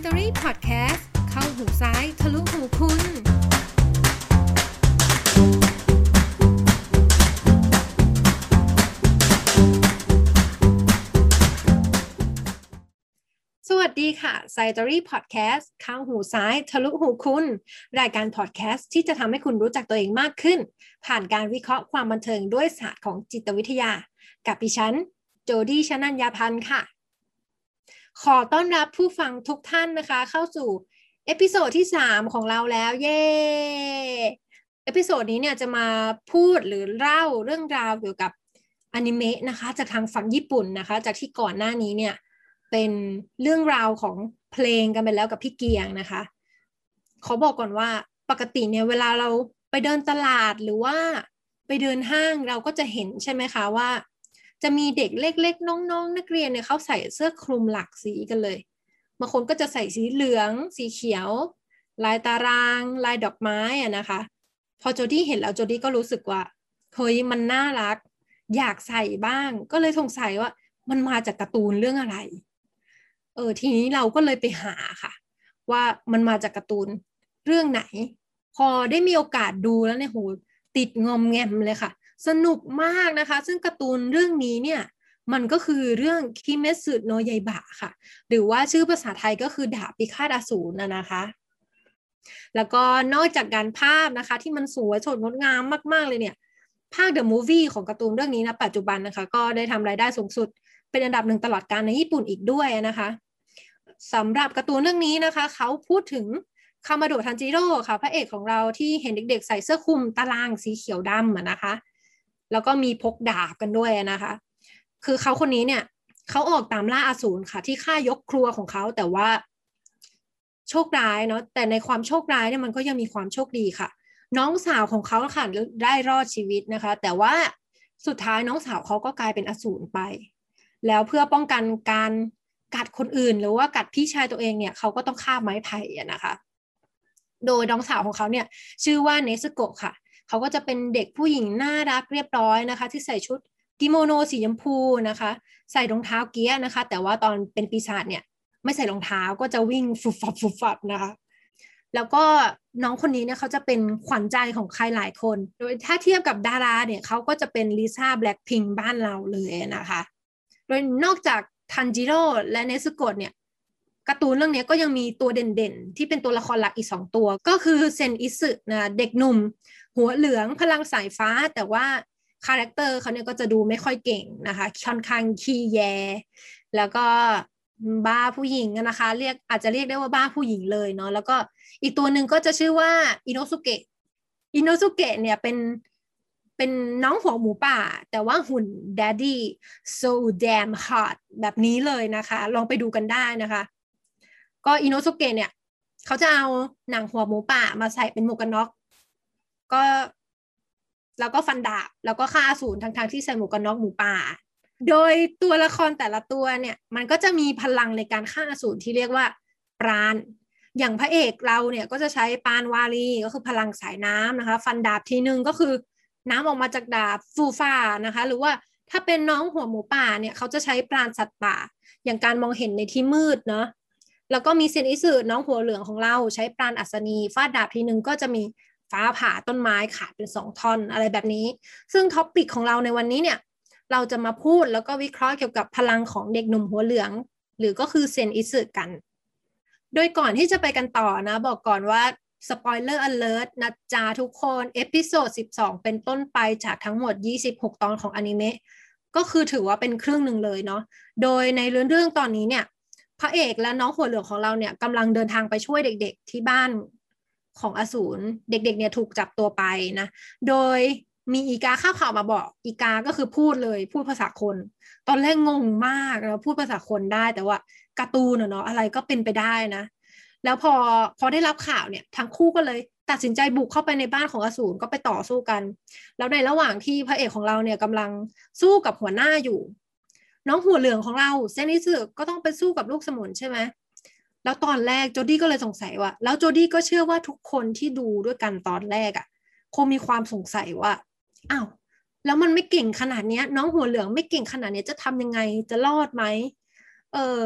Saiteri Podcast เข้าหูซ้ายทะลุหูคุณสวัสดีค่ะ Saiteri Podcast เข้าหูซ้ายทะลุหูคุณรายการ podcast ที่จะทำให้คุณรู้จักตัวเองมากขึ้นผ่านการวิเคราะห์ความบันเทิงด้วยศาสตร์ของจิตวิทยากับดิฉันโจดี้ ชนัญญาพันธ์ค่ะขอต้อนรับผู้ฟังทุกท่านนะคะเข้าสู่เอพิโซดที่3ของเราแล้วเย้เอพิโซดนี้เนี่ยจะมาพูดหรือเล่าเรื่องราวเกี่ยวกับอนิเมะนะคะจากทางฝั่งญี่ปุ่นนะคะจากที่ก่อนหน้านี้เนี่ยเป็นเรื่องราวของเพลงกันไปแล้วกับพี่เกียงนะคะขอบอกก่อนว่าปกติเนี่ยเวลาเราไปเดินตลาดหรือว่าไปเดินห้างเราก็จะเห็นใช่ไหมคะว่าจะมีเด็กเล็กๆน้องๆนักเรียนเนี่ยเขาใส่เสื้อคลุมหลากสีกันเลยบางคนก็จะใส่สีเหลืองสีเขียวลายตารางลายดอกไม้อะนะคะพอโจดี้เห็นแล้วโจดี้ก็รู้สึกว่าเฮ้ยมันน่ารักอยากใส่บ้างก็เลยสงสัยว่ามันมาจากการ์ตูนเรื่องอะไรทีนี้เราก็เลยไปหาค่ะว่ามันมาจากการ์ตูนเรื่องไหนพอได้มีโอกาสดูแล้วเนี่ยโหติดงอมแงมเลยค่ะสนุกมากนะคะซึ่งการ์ตูนเรื่องนี้เนี่ยมันก็คือเรื่องคิเมสึโนะยาอิบะค่ะหรือว่าชื่อภาษาไทยก็คือดาบพิฆาตอสูรนะคะแล้วก็นอกจากการภาพนะคะที่มันสวยสดงดงามมากๆเลยเนี่ยภาค The Movie ของการ์ตูนเรื่องนี้นะปัจจุบันนะคะก็ได้ทำรายได้สูงสุดเป็นอันดับ1ตลอดกาลในญี่ปุ่นอีกด้วยนะคะสำหรับการ์ตูนเรื่องนี้นะคะเขาพูดถึงคามาโดะทันจิโร่ค่ะพระเอกของเราที่เห็นเด็กๆใส่เสื้อคลุมตารางสีเขียวดำนะคะแล้วก็มีพกดาบกันด้วยนะคะคือเขาคนนี้เนี่ยเขาออกตามล่าอสูรค่ะที่ฆ่ายกครัวของเขาแต่ว่าโชคร้ายเนาะแต่ในความโชคร้ายเนี่ยมันก็ยังมีความโชคดีค่ะน้องสาวของเขาค่ะได้รอดชีวิตนะคะแต่ว่าสุดท้ายน้องสาวเขาก็กลายเป็นอสูรไปแล้วเพื่อป้องกันการกัดคนอื่นหรือว่ากัดพี่ชายตัวเองเนี่ยเขาก็ต้องฆ่าไม้ไผ่นะคะโดยน้องสาวของเขาเนี่ยชื่อว่าเนซึโกะค่ะเขาก็จะเป็นเด็กผู้หญิงน่ารักเรียบร้อยนะคะที่ใส่ชุดกิโมโนสีชมพูนะคะใส่รองเท้าเกียร์นะคะแต่ว่าตอนเป็นปีศาจเนี่ยไม่ใส่รองเท้าก็จะวิ่งฟุบฟับฟุบฟับนะคะแล้วก็น้องคนนี้เนี่ยเขาจะเป็นขวัญใจของใครหลายคนโดยถ้าเทียบกับดาราเนี่ยเขาก็จะเป็นลิซ่าแบล็คพิงค์บ้านเราเลยนะคะโดยนอกจากทันจิโร่และเนซึโกะเนี่ยการ์ตูนเรื่องนี้ก็ยังมีตัวเด่นๆที่เป็นตัวละครหลักอีก2ตัวก็คือเซนอิสึนะเด็กหนุ่มหัวเหลืองพลังสายฟ้าแต่ว่าคาแรคเตอร์เขาเนี่ยก็จะดูไม่ค่อยเก่งนะคะค่อนข้างขี้แยแล้วก็บ้าผู้หญิงนะคะอาจจะเรียกได้ว่าบ้าผู้หญิงเลยเนาะแล้วก็อีกตัวหนึ่งก็จะชื่อว่าอิโนสุเกะเนี่ยเป็นน้องหัวหมูป่าแต่ว่าหุ่น Daddy so damn hot แบบนี้เลยนะคะลองไปดูกันได้นะคะก็อิโนสุเกะเนี่ยเขาจะเอาหนังหัวหมูป่ามาใส่เป็นหมวกกันน็อกก็แล้วก็ฟันดาบแล้วก็ฆ่าอสูรทั้งที่ใส่หมวกกันน็อกหมูป่าโดยตัวละครแต่ละตัวเนี่ยมันก็จะมีพลังในการฆ่าอสูรที่เรียกว่าปราณอย่างพระเอกเราเนี่ยก็จะใช้ปานวาลีก็คือพลังสายน้ำนะคะฟันดาบทีนึงก็คือน้ำออกมาจากดาบฟูฟ้านะคะหรือว่าถ้าเป็นน้องหัวหมูป่าเนี่ยเขาจะใช้ปราณสัตว์ป่าอย่างการมองเห็นในที่มืดเนาะแล้วก็มีเซนอิสึน้องหัวเหลืองของเราใช้ปราณอัศนีฟาดดาบทีนึงก็จะมีฟ้าผ่าต้นไม้ขาดเป็น2ท่อนอะไรแบบนี้ซึ่งท็อปปิกของเราในวันนี้เนี่ยเราจะมาพูดแล้วก็วิเคราะห์เกี่ยวกับพลังของเด็กหนุ่มหัวเหลืองหรือก็คือเซนอิสึกันโดยก่อนที่จะไปกันต่อนะบอกก่อนว่าสปอยเลอร์อเลิร์ตนะจ๊ะทุกคนเอพิโซด12เป็นต้นไปจากทั้งหมด26ตอนของอนิเมะก็คือถือว่าเป็นครึ่งหนึ่งเลยเนาะโดยในเรื่องตอนนี้เนี่ยพระเอกและน้องหัวเหลืองของเราเนี่ยกำลังเดินทางไปช่วยเด็กๆที่บ้านของอสูรเด็กๆเนี่ยถูกจับตัวไปนะโดยมีอีกาข้าวข่าวมาบอกอีกาก็คือพูดเลยพูดภาษาคนตอนแรกงงมากแล้วพูดภาษาคนได้แต่ว่าการ์ตูนเนาะอะไรก็เป็นไปได้นะแล้วพอได้รับข่าวเนี่ยทั้งคู่ก็เลยตัดสินใจบุกเข้าไปในบ้านของอสูรก็ไปต่อสู้กันแล้วในระหว่างที่พระเอกของเราเนี่ยกำลังสู้กับหัวหน้าอยู่น้องหัวเหลืองของเราเซนิสึก็ต้องไปสู้กับลูกสมุนใช่ไหมแล้วตอนแรกโจดี้ก็เลยสงสัยว่าแล้วโจดี้ก็เชื่อว่าทุกคนที่ดูด้วยกันตอนแรกอ่ะคงมีความสงสัยว่าอ้าวแล้วมันไม่เก่งขนาดนี้น้องหัวเหลืองไม่เก่งขนาดนี้จะทำยังไงจะรอดไหม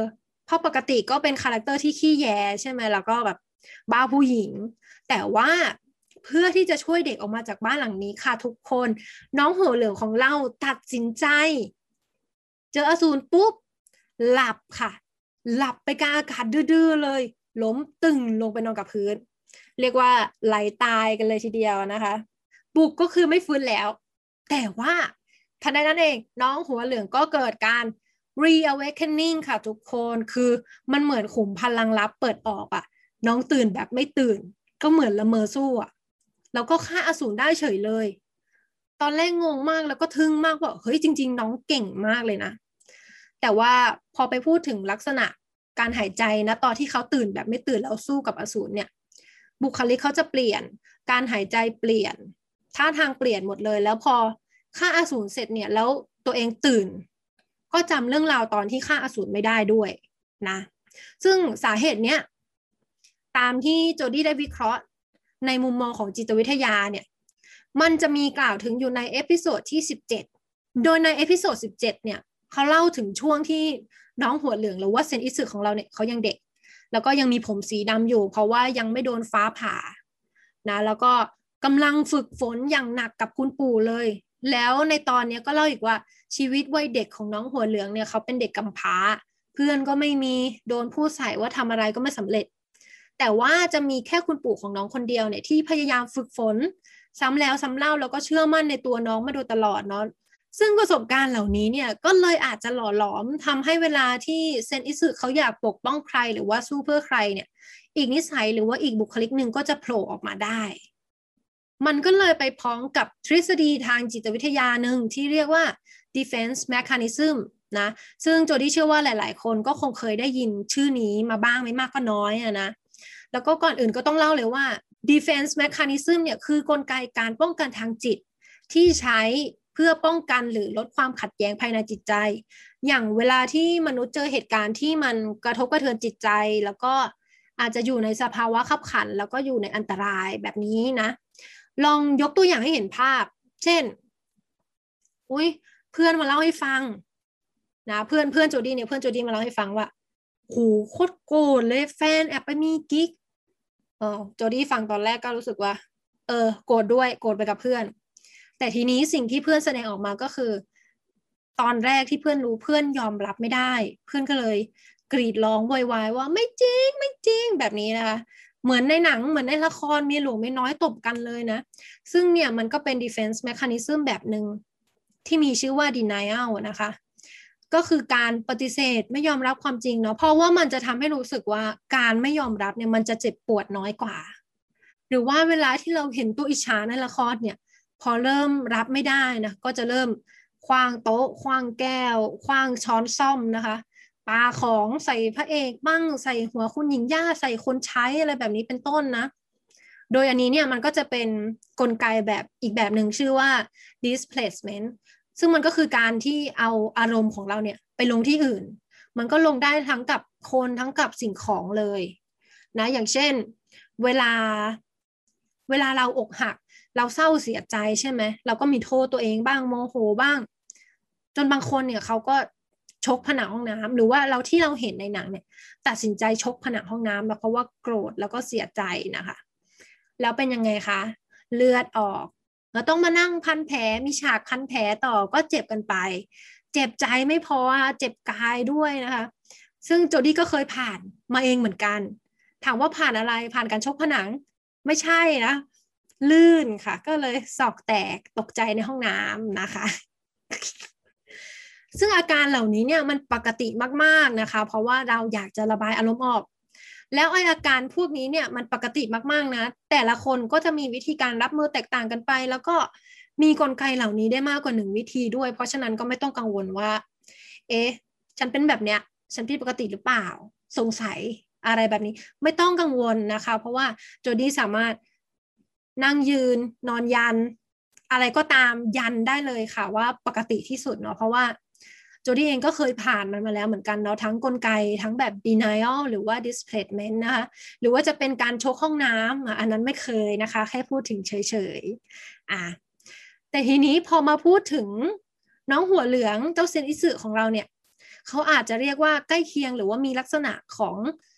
เพราะปกติก็เป็นคาแรคเตอร์ที่ขี้แยใช่ไหมแล้วก็แบบบ้าผู้หญิงแต่ว่าเพื่อที่จะช่วยเด็กออกมาจากบ้านหลังนี้ค่ะทุกคนน้องหัวเหลืองของเราตัดสินใจเจออสูรปุ๊บหลับค่ะหลับไปกลางอากาศดื้อๆเลยล้มตึงลงไปนอนกับพื้นเรียกว่าไหลตายกันเลยทีเดียวนะคะปลุกก็คือไม่ฟื้นแล้วแต่ว่าทันใดนั้นเองน้องหัวเหลืองก็เกิดการ reawakening ค่ะทุกคนคือมันเหมือนขุมพลังลับเปิดออกอะน้องตื่นแบบไม่ตื่นก็เหมือนละเมอสู้อะแล้วก็ฆ่าอสูรได้เฉยเลยตอนแรกงงมากแล้วก็ทึ่งมากว่าเฮ้ยจริงๆน้องเก่งมากเลยนะแต่ว่าพอไปพูดถึงลักษณะการหายใจนะตอนที่เขาตื่นแบบไม่ตื่นแล้วสู้กับอสูรเนี่ยบุคลิกเขาจะเปลี่ยนการหายใจเปลี่ยนท่าทางเปลี่ยนหมดเลยแล้วพอฆ่าอสูรเสร็จเนี่ยแล้วตัวเองตื่นก็จำเรื่องราวตอนที่ฆ่าอสูรไม่ได้ด้วยนะซึ่งสาเหตุเนี้ยตามที่โจดี้ได้วิเคราะห์ในมุมมองของจิตวิทยาเนี่ยมันจะมีกล่าวถึงอยู่ในเอพิโซดที่17โดยในเอพิโซด17เนี่ยเขาเล่าถึงช่วงที่น้องหัวเหลืองหรือว่าเซนอิสึของเราเนี่ยเขายังเด็กแล้วก็ยังมีผมสีดำอยู่เพราะว่ายังไม่โดนฟ้าผ่านะแล้วก็กำลังฝึกฝนอย่างหนักกับคุณปู่เลยแล้วในตอนนี้ก็เล่าอีกว่าชีวิตวัยเด็กของน้องหัวเหลืองเนี่ยเขาเป็นเด็กกำพร้าเพื่อนก็ไม่มีโดนพูดใส่ว่าทำอะไรก็ไม่สำเร็จแต่ว่าจะมีแค่คุณปู่ของน้องคนเดียวเนี่ยที่พยายามฝึกฝนซ้ำแล้วซ้ำเล่าแล้วก็เชื่อมั่นในตัวน้องมาโดยตลอดเนาะซึ่งประสบการณ์เหล่านี้เนี่ยก็เลยอาจจะหล่อหลอมทำให้เวลาที่เซนอิสึเขาอยากปกป้องใครหรือว่าสู้เพื่อใครเนี่ยอีกนิสัยหรือว่าอีกบุคลิกหนึ่งก็จะโผล่ออกมาได้มันก็เลยไปพ้องกับทฤษฎีทางจิตวิทยาหนึ่งที่เรียกว่า defense mechanism นะซึ่งโจดี้เชื่อว่าหลายๆคนก็คงเคยได้ยินชื่อนี้มาบ้างไม่มากก็น้อยนะแล้วก็ก่อนอื่นก็ต้องเล่าเลยว่า defense mechanism เนี่ยคือกลไกการป้องกันทางจิตที่ใช้เพื่อป้องกันหรือลดความขัดแย้งภายในจิตใจอย่างเวลาที่มนุษย์เจอเหตุการณ์ที่มันกระทบกระเทือนจิตใจแล้วก็อาจจะอยู่ในสภาวะขับขันแล้วก็อยู่ในอันตรายแบบนี้นะลองยกตัวอย่างให้เห็นภาพเช่นอุ้ยเพื่อนมาเล่าให้ฟังนะเพื่อนโจดี้เนี่ยเพื่อนโจดี้มาเล่าให้ฟังว่าโหโคตรโกรธเลยแฟนแอบไปมีกิ๊กโจดี้ฟังตอนแรกก็รู้สึกว่าโกรธด้วยโกรธไปกับเพื่อนแต่ทีนี้สิ่งที่เพื่อนแสดงออกมาก็คือตอนแรกที่เพื่อนรู้เพื่อนยอมรับไม่ได้เพื่อนก็เลยกรีดร้องโวยวายว่าไม่จริงไม่จริงแบบนี้นะคะเหมือนในหนังเหมือนในละครมีหลวงมีน้อยตบกันเลยนะซึ่งเนี่ยมันก็เป็น defense mechanism แบบหนึ่งที่มีชื่อว่า denial นะคะก็คือการปฏิเสธไม่ยอมรับความจริงเนาะเพราะว่ามันจะทำให้รู้สึกว่าการไม่ยอมรับเนี่ยมันจะเจ็บปวดน้อยกว่าหรือว่าเวลาที่เราเห็นตัวอิจฉาในละครเนี่ยพอเริ่มรับไม่ได้นะก็จะเริ่มคว้างโต๊ะคว้างแก้วคว้างช้อนส้อมนะคะปาของใส่พระเอกบ้างใส่หัวคุณหญิงย่าใส่คนใช้อะไรแบบนี้เป็นต้นนะโดยอันนี้เนี่ยมันก็จะเป็นกลไกแบบอีกแบบหนึ่งชื่อว่า displacement ซึ่งมันก็คือการที่เอาอารมณ์ของเราเนี่ยไปลงที่อื่นมันก็ลงได้ทั้งกับคนทั้งกับสิ่งของเลยนะอย่างเช่นเวลาเราอกหักเราเศร้าเสียใจใช่ไหมเราก็มีโทษตัวเองบ้างโมโหบ้างจนบางคนเนี่ยเขาก็ชกผนังห้องน้ำหรือว่าเราที่เราเห็นในหนังเนี่ยตัดสินใจชกผนังห้องน้ำเพราะว่าโกรธแล้วก็เสียใจนะคะแล้วเป็นยังไงคะเลือดออกเราต้องมานั่งพันแผลมีฉากพันแผลต่อก็เจ็บกันไปเจ็บใจไม่พอเจ็บกายด้วยนะคะซึ่งโจดี้ก็เคยผ่านมาเองเหมือนกันถามว่าผ่านอะไรผ่านการชกผนังไม่ใช่นะลื่นค่ะก็เลยศอกแตกตกใจในห้องน้ำนะคะซึ่งอาการเหล่านี้เนี่ยมันปกติมากๆนะคะเพราะว่าเราอยากจะระบายอารมณ์ออกแล้วไออาการพวกนี้เนี่ยมันปกติมากๆนะแต่ละคนก็จะมีวิธีการรับมือแตกต่างกันไปแล้วก็มีกลไกเหล่านี้ได้มากกว่าหนึ่งวิธีด้วยเพราะฉะนั้นก็ไม่ต้องกังวลว่าเอ๊ะฉันเป็นแบบเนี้ยฉันผิดปกติหรือเปล่าสงสัยอะไรแบบนี้ไม่ต้องกังวลนะคะเพราะว่าโจดี้สามารถนั่งยืนนอนยันอะไรก็ตามยันได้เลยค่ะว่าปกติที่สุดเนาะเพราะว่าโจดี้เองก็เคยผ่านมันมาแล้วเหมือนกันเนาะทั้งกลไกทั้งแบบ denial หรือว่า displacement นะคะหรือว่าจะเป็นการชกห้องน้ำอันนั้นไม่เคยนะคะแค่พูดถึงเฉยๆแต่ทีนี้พอมาพูดถึงน้องหัวเหลืองเจ้าเซนอิสึของเราเนี่ยเขาอาจจะเรียกว่าใกล้เคียงหรือว่ามีลักษณะของ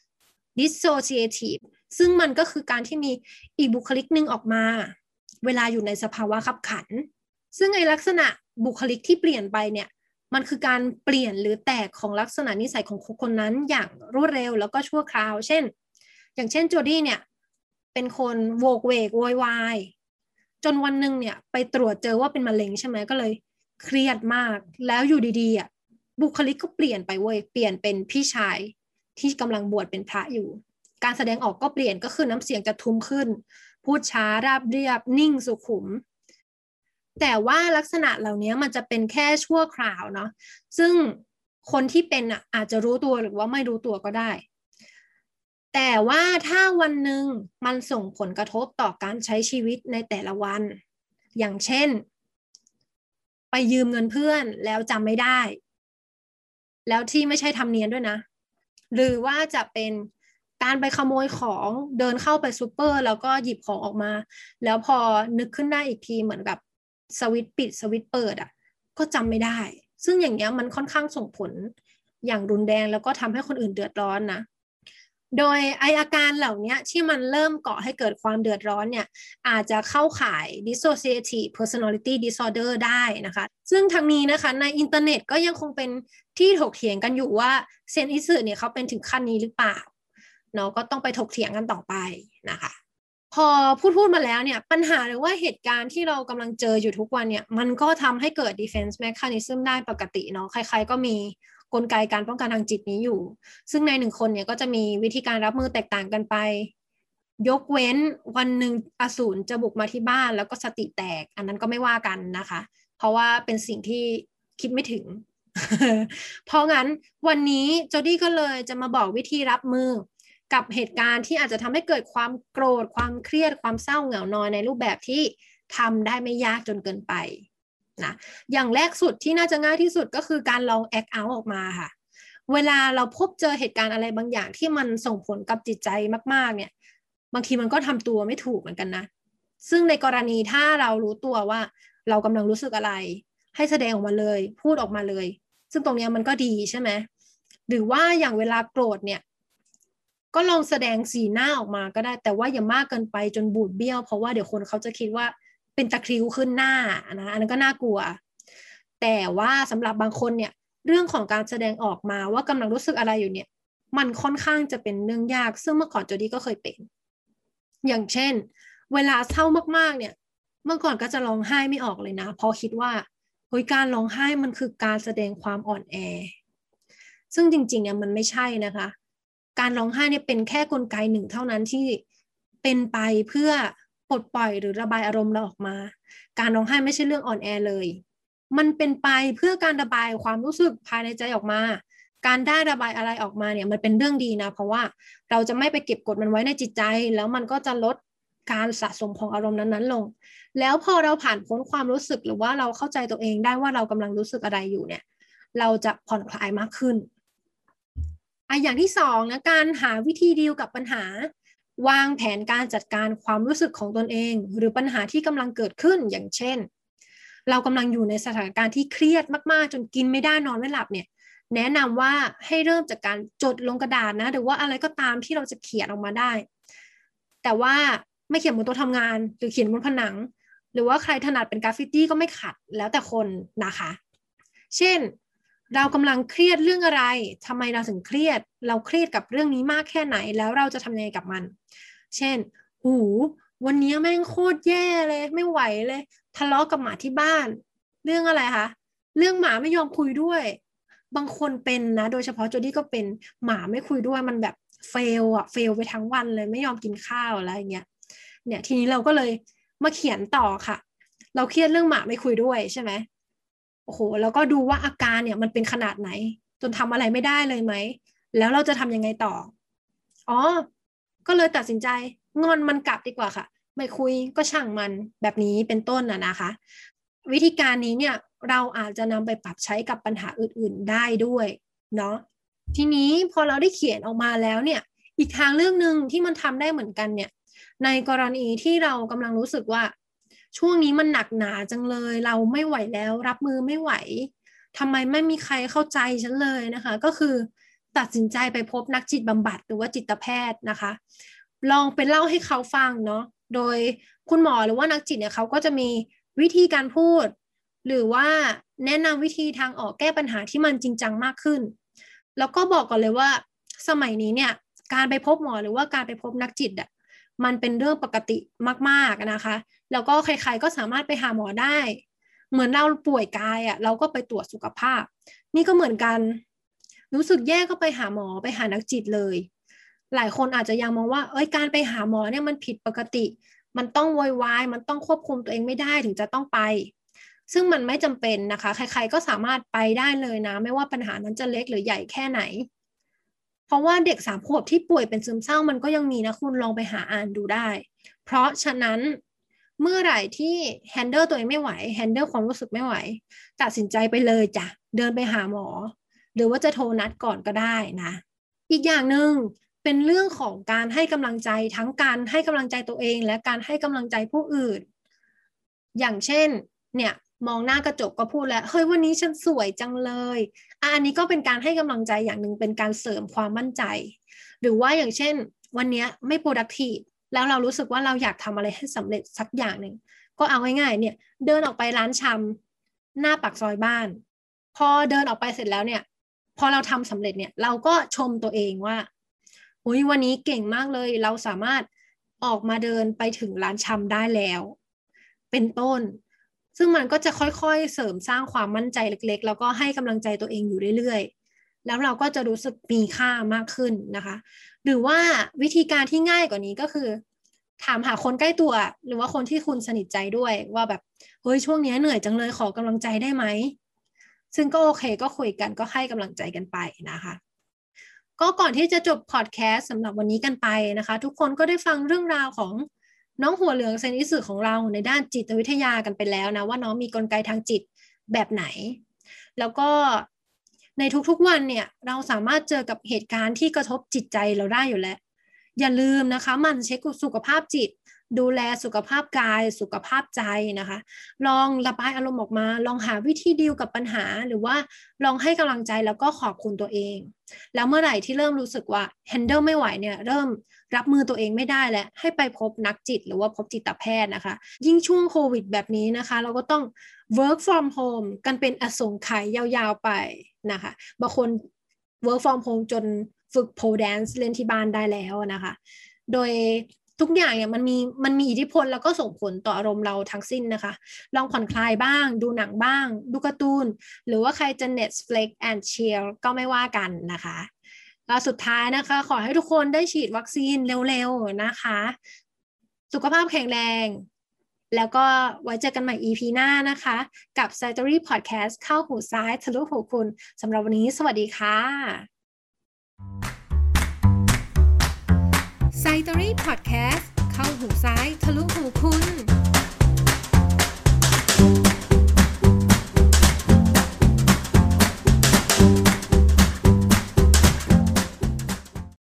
dissociative ซึ่งมันก็คือการที่มีอีกบุคลิกหนึ่งออกมาเวลาอยู่ในสภาวะขับขันซึ่งไอลักษณะบุคลิกที่เปลี่ยนไปเนี่ยมันคือการเปลี่ยนหรือแตกของลักษณะนิสัยของคนนั้นอย่างรวดเร็วแล้วก็ชั่วคราวเช่นอย่างเช่นโจดี้เนี่ยเป็นคนโวกเวกโวยวายจนวันหนึ่งเนี่ยไปตรวจเจอว่าเป็นมะเร็งใช่ไหมก็เลยเครียดมากแล้วอยู่ดีๆอ่ะบุคลิกก็เปลี่ยนไปเว้ยเปลี่ยนเป็นพี่ชายที่กำลังบวชเป็นพระอยู่การแสดงออกก็เปลี่ยนก็คือน้ำเสียงจะทุ้มขึ้นพูดช้าราบเรียบนิ่งสุขุมแต่ว่าลักษณะเหล่านี้มันจะเป็นแค่ชั่วคราวเนาะซึ่งคนที่เป็นอ่ะอาจจะรู้ตัวหรือว่าไม่รู้ตัวก็ได้แต่ว่าถ้าวันหนึ่งมันส่งผลกระทบต่อการใช้ชีวิตในแต่ละวันอย่างเช่นไปยืมเงินเพื่อนแล้วจำไม่ได้แล้วที่ไม่ใช่ทำเนียนด้วยนะหรือว่าจะเป็นการไปขโมยของเดินเข้าไปซูเปอร์แล้วก็หยิบของออกมาแล้วพอนึกขึ้นได้อีกทีเหมือนกับสวิตช์ปิดสวิตช์เปิดอ่ะก็จำไม่ได้ซึ่งอย่างเงี้ยมันค่อนข้างส่งผลอย่างรุนแรงแล้วก็ทำให้คนอื่นเดือดร้อนนะโดยอาการเหล่านี้ที่มันเริ่มก่อให้เกิดความเดือดร้อนเนี่ยอาจจะเข้าข่าย dissociative personality disorder ได้นะคะซึ่งทางนี้นะคะในอินเทอร์เน็ตก็ยังคงเป็นที่ถกเถียงกันอยู่ว่าเซนอิสึเนี่ยเขาเป็นถึงขั้นนี้หรือเปล่าเนาะก็ต้องไปถกเถียงกันต่อไปนะคะพอพูดมาแล้วเนี่ยปัญหาหรือว่าเหตุการณ์ที่เรากำลังเจออยู่ทุกวันเนี่ยมันก็ทำให้เกิด defense mechanism ได้ปกติเนาะใครๆก็มีกลไกการป้องกันทางจิตนี้อยู่ซึ่งในหนึ่งคนเนี่ยก็จะมีวิธีการรับมือแตกต่างกันไปยกเว้นวันหนึ่งอสูรจะบุกมาที่บ้านแล้วก็สติแตกอันนั้นก็ไม่ว่ากันนะคะเพราะว่าเป็นสิ่งที่คิดไม่ถึง เพราะงั้นวันนี้โจดี้ก็เลยจะมาบอกวิธีรับมือกับเหตุการณ์ที่อาจจะทำให้เกิดความโกรธความเครียดความเศร้าเหงานอยในรูปแบบที่ทำได้ไม่ยากจนเกินไปนะอย่างแรกสุดที่น่าจะง่ายที่สุดก็คือการลอง act out ออกมาค่ะเวลาเราพบเจอเหตุการณ์อะไรบางอย่างที่มันส่งผลกับจิตใจมากๆเนี่ยบางทีมันก็ทำตัวไม่ถูกเหมือนกันนะซึ่งในกรณีถ้าเรารู้ตัวว่าเรากำลังรู้สึกอะไรให้แสดงออกมาเลยพูดออกมาเลยซึ่งตรงนี้มันก็ดีใช่ไหมหรือว่าอย่างเวลาโกรธเนี่ยก็ลองแสดงสีหน้าออกมาก็ได้แต่ว่าอย่ามากเกินไปจนบูดเบี้ยวเพราะว่าเดี๋ยวคนเขาจะคิดว่าเป็นตะคริวขึ้นหน้านะอันนั้นก็น่ากลัวแต่ว่าสำหรับบางคนเนี่ยเรื่องของการแสดงออกมาว่ากำลังรู้สึกอะไรอยู่เนี่ยมันค่อนข้างจะเป็นเรื่องยากซึ่งเมื่อก่อนโจดี้ก็เคยเป็นอย่างเช่นเวลาเศร้ามากๆเนี่ยเมื่อก่อนก็จะร้องไห้ไม่ออกเลยนะเพราะคิดว่าเฮ้ยการร้องไห้มันคือการแสดงความอ่อนแอซึ่งจริงๆเนี่ยมันไม่ใช่นะคะการร้องไห้เนี่ยเป็นแค่กลไกหนึ่งเท่านั้นที่เป็นไปเพื่อปลดปล่อยหรือระบายอารมณ์เราออกมาการร้องไห้ไม่ใช่เรื่องอ่อนแอเลยมันเป็นไปเพื่อการระบายความรู้สึกภายในใจออกมาการได้ระบายอะไรออกมาเนี่ยมันเป็นเรื่องดีนะเพราะว่าเราจะไม่ไปเก็บกดมันไว้ในจิตใจแล้วมันก็จะลดการสะสมของอารมณ์นั้นๆลงแล้วพอเราผ่านพ้นความรู้สึกหรือว่าเราเข้าใจตัวเองได้ว่าเรากำลังรู้สึกอะไรอยู่เนี่ยเราจะผ่อนคลายมากขึ้นอย่างที่สองนะการหาวิธีดีลกับปัญหาวางแผนการจัดการความรู้สึกของตนเองหรือปัญหาที่กำลังเกิดขึ้นอย่างเช่นเรากำลังอยู่ในสถานการณ์ที่เครียดมากๆจนกินไม่ได้นอนไม่หลับเนี่ยแนะนำว่าให้เริ่มจากการจดลงกระดาษนะหรือว่าอะไรก็ตามที่เราจะเขียนออกมาได้แต่ว่าไม่เขียนบนโต๊ะทำงานหรือเขียนบนผนังหรือว่าใครถนัดเป็นกราฟฟิตี้ก็ไม่ขัดแล้วแต่คนนะคะเช่นเรากำลังเครียดเรื่องอะไรทำไมเราถึงเครียดเราเครียดกับเรื่องนี้มากแค่ไหนแล้วเราจะทำยังไงกับมันเช่นหูวันนี้แม่งโคตรแย่เลยไม่ไหวเลยทะเลาะกับหมาที่บ้านเรื่องอะไรคะเรื่องหมาไม่ยอมคุยด้วยบางคนเป็นนะโดยเฉพาะโจดี้ก็เป็นหมาไม่คุยด้วยมันแบบเฟลไปทั้งวันเลยไม่ยอมกินข้าวอะไรเงี้ยเนี่ยทีนี้เราก็เลยมาเขียนต่อค่ะเราเครียดเรื่องหมาไม่คุยด้วยใช่ไหมโอ้โหแล้วก็ดูว่าอาการเนี่ยมันเป็นขนาดไหนจนทำอะไรไม่ได้เลยไหมแล้วเราจะทำยังไงต่ออ๋อก็เลยตัดสินใจงอนมันกลับดีกว่าค่ะไม่คุยก็ช่างมันแบบนี้เป็นต้นนะคะวิธีการนี้เนี่ยเราอาจจะนำไปปรับใช้กับปัญหาอื่นๆได้ด้วยเนาะทีนี้พอเราได้เขียนออกมาแล้วเนี่ยอีกทางเรื่องหนึ่งที่มันทำได้เหมือนกันเนี่ยในกรณีที่เรากำลังรู้สึกว่าช่วงนี้มันหนักหนาจังเลยเราไม่ไหวแล้วรับมือไม่ไหวทำไมไม่มีใครเข้าใจฉันเลยนะคะก็คือตัดสินใจไปพบนักจิตบำบัดหรือว่าจิตแพทย์นะคะลองไปเล่าให้เขาฟังเนาะโดยคุณหมอหรือว่านักจิตเนี่ยเขาก็จะมีวิธีการพูดหรือว่าแนะนำวิธีทางออกแก้ปัญหาที่มันจริงจังมากขึ้นแล้วก็บอกก่อนเลยว่าสมัยนี้เนี่ยการไปพบหมอหรือว่าการไปพบนักจิตอ่ะมันเป็นเรื่องปกติมากๆนะคะแล้วก็ใครๆก็สามารถไปหาหมอได้เหมือนเราป่วยกายอ่ะเราก็ไปตรวจสุขภาพนี่ก็เหมือนกันรู้สึกแย่ก็ไปหาหมอไปหานักจิตเลยหลายคนอาจจะยังมองว่าการไปหาหมอเนี่ยมันผิดปกติมันต้องโวยวายมันต้องควบคุมตัวเองไม่ได้ถึงจะต้องไปซึ่งมันไม่จำเป็นนะคะใครๆก็สามารถไปได้เลยนะไม่ว่าปัญหานั้นจะเล็กหรือใหญ่แค่ไหนเพราะว่าเด็ก3 ขวบที่ป่วยเป็นซึมเศร้ามันก็ยังมีนะคุณลองไปหาอ่านดูได้เพราะฉะนั้นเมื่อไหร่ที่แฮนเดิลตัวเองไม่ไหวแฮนเดิลความรู้สึกไม่ไหวตัดสินใจไปเลยจ้ะเดินไปหาหมอหรือว่าจะโทรนัดก่อนก็ได้นะอีกอย่างหนึ่งเป็นเรื่องของการให้กำลังใจทั้งการให้กำลังใจตัวเองและการให้กำลังใจผู้อื่นอย่างเช่นเนี่ยมองหน้ากระจกก็พูดแล้วเฮ้ยวันนี้ฉันสวยจังเลยอันนี้ก็เป็นการให้กำลังใจอย่างหนึ่งเป็นการเสริมความมั่นใจหรือว่าอย่างเช่นวันนี้ไม่ productive แล้วเรารู้สึกว่าเราอยากทำอะไรให้สำเร็จสักอย่างหนึ่งก็เอาง่ายๆเนี่ยเดินออกไปร้านชำหน้าปากซอยบ้านพอเดินออกไปเสร็จแล้วเนี่ยพอเราทำสำเร็จเนี่ยเราก็ชมตัวเองว่าวันนี้เก่งมากเลยเราสามารถออกมาเดินไปถึงร้านชำได้แล้วเป็นต้นซึ่งมันก็จะค่อยๆเสริมสร้างความมั่นใจเล็กๆแล้วก็ให้กำลังใจตัวเองอยู่เรื่อยๆแล้วเราก็จะรู้สึกมีค่ามากขึ้นนะคะหรือว่าวิธีการที่ง่ายกว่านี้ก็คือถามหาคนใกล้ตัวหรือว่าคนที่คุณสนิทใจด้วยว่าแบบเฮ้ยช่วงนี้เหนื่อยจังเลยขอกำลังใจได้ไหมซึ่งก็โอเคก็คุยกันก็ให้กำลังใจกันไปนะคะก็ก่อนที่จะจบพอดแคสต์สำหรับวันนี้กันไปนะคะทุกคนก็ได้ฟังเรื่องราวของน้องหัวเหลืองเซนอิสึของเราในด้านจิตวิทยากันไปแล้วนะว่าน้องมีกลไกทางจิตแบบไหนแล้วก็ในทุกๆวันเนี่ยเราสามารถเจอกับเหตุการณ์ที่กระทบจิตใจเราได้อยู่แล้วอย่าลืมนะคะมันเช็คสุขภาพจิตดูแลสุขภาพกายสุขภาพใจนะคะลองระบายอารมณ์ออกมาลองหาวิธีดีลกับปัญหาหรือว่าลองให้กำลังใจแล้วก็ขอบคุณตัวเองแล้วเมื่อไหร่ที่เริ่มรู้สึกว่า handle ไม่ไหวเนี่ยเริ่มรับมือตัวเองไม่ได้แล้วให้ไปพบนักจิตหรือว่าพบจิตแพทย์นะคะยิ่งช่วงโควิดแบบนี้นะคะเราก็ต้อง work from home กันเป็นอสงไขยยาวๆไปนะคะบางคน work from home จนฝึก pole dance เล่นที่บ้านได้แล้วนะคะโดยทุกอย่างเนี่ยมันมีอิทธิพลแล้วก็ส่งผลต่ออารมณ์เราทั้งสิ้นนะคะลองผ่อนคลายบ้างดูหนังบ้างดูการ์ตูนหรือว่าใครจะ Netflix and chill ก็ไม่ว่ากันนะคะแล้วสุดท้ายนะคะขอให้ทุกคนได้ฉีดวัคซีนเร็วๆนะคะสุขภาพแข็งแรงแล้วก็ไว้เจอกันใหม่ EP หน้านะคะกับ Satori Podcast เข้าหูซ้ายทะลุหูคุณสำหรับวันนี้สวัสดีค่ะ Satori Podcast เข้าหูซ้ายทะลุหูคุณ